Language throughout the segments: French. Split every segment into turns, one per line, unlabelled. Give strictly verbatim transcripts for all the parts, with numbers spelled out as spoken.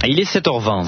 Il est sept heures vingt.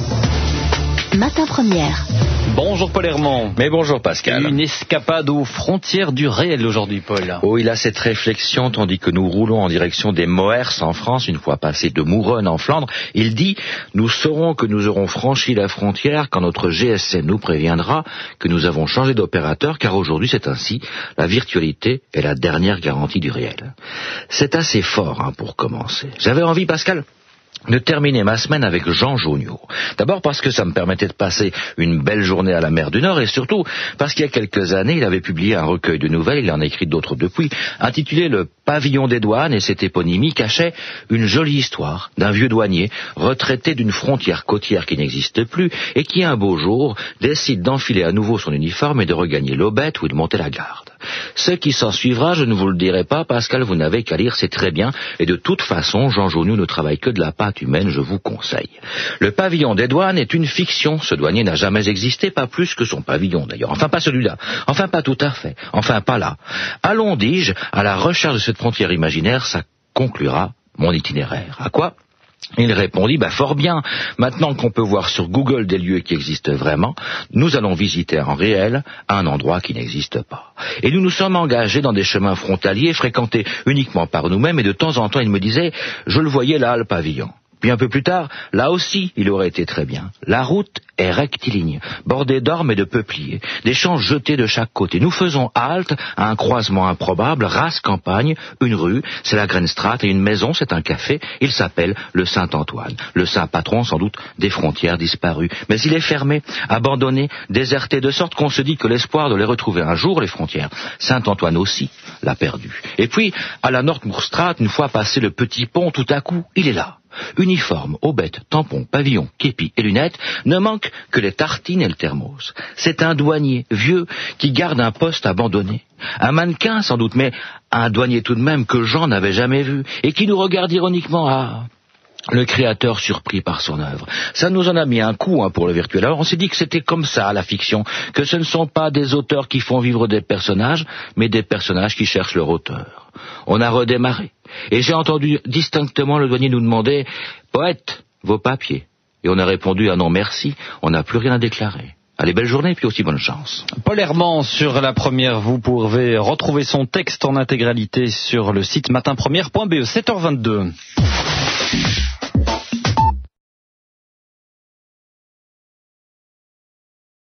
Matin Première.
Bonjour Paul Herman.
Mais bonjour Pascal.
Une escapade aux frontières du réel aujourd'hui, Paul.
Oh, il a cette réflexion tandis que nous roulons en direction des Moers en France, une fois passé de Mouronne en Flandre. Il dit « Nous saurons que nous aurons franchi la frontière quand notre G S M nous préviendra que nous avons changé d'opérateur, car aujourd'hui c'est ainsi, la virtualité est la dernière garantie du réel. » C'est assez fort hein, pour commencer. J'avais envie, Pascal, de terminer ma semaine avec Jean Joniaux. D'abord parce que ça me permettait de passer une belle journée à la mer du Nord, et surtout parce qu'il y a quelques années, il avait publié un recueil de nouvelles, il en a écrit d'autres depuis, intitulé Le Pavillon des douanes, et cette éponymie cachait une jolie histoire d'un vieux douanier retraité d'une frontière côtière qui n'existe plus et qui un beau jour décide d'enfiler à nouveau son uniforme et de regagner l'Aubette où il montait la garde. Ce qui s'en suivra, je ne vous le dirai pas, Pascal, vous n'avez qu'à lire, c'est très bien, et de toute façon, Jean Joniaux ne travaille que de la pâte humaine, je vous conseille. Le pavillon des douanes est une fiction, ce douanier n'a jamais existé, pas plus que son pavillon d'ailleurs, enfin pas celui-là, enfin pas tout à fait, enfin pas là. Allons, dis-je, à la recherche de cette frontière imaginaire, ça conclura mon itinéraire. À quoi ? Il répondit, bah fort bien, maintenant qu'on peut voir sur Google des lieux qui existent vraiment, nous allons visiter en réel un endroit qui n'existe pas. Et nous nous sommes engagés dans des chemins frontaliers fréquentés uniquement par nous-mêmes, et de temps en temps il me disait, je le voyais là, le pavillon. Puis un peu plus tard, là aussi, il aurait été très bien. La route est rectiligne, bordée d'ormes et de peupliers, des champs jetés de chaque côté. Nous faisons halte à un croisement improbable, race campagne, une rue, c'est la Grenstraat, et une maison, c'est un café. Il s'appelle le Saint-Antoine, le saint patron sans doute des frontières disparues. Mais il est fermé, abandonné, déserté, de sorte qu'on se dit que l'espoir de les retrouver un jour, les frontières, Saint-Antoine aussi l'a perdu. Et puis, à la Noordmoerstraat, une fois passé le petit pont, tout à coup, il est là. Uniforme, aubette, tampon, pavillon, képi et lunettes, ne manque que les tartines et le thermos. C'est un douanier vieux qui garde un poste abandonné. Un mannequin sans doute, mais un douanier tout de même que Jean n'avait jamais vu et qui nous regarde ironiquement. Ah, le créateur surpris par son œuvre. Ça nous en a mis un coup hein, pour le virtuel. Alors on s'est dit que c'était comme ça la fiction, que ce ne sont pas des auteurs qui font vivre des personnages, mais des personnages qui cherchent leur auteur. On a redémarré. Et j'ai entendu distinctement le douanier nous demander « Poète, vos papiers ?» Et on a répondu « Ah non, merci, on n'a plus rien à déclarer. » Allez, belle journée et puis aussi bonne chance.
Paul Herman sur La Première, vous pouvez retrouver son texte en intégralité sur le site matin première point b e. sept heures vingt-deux.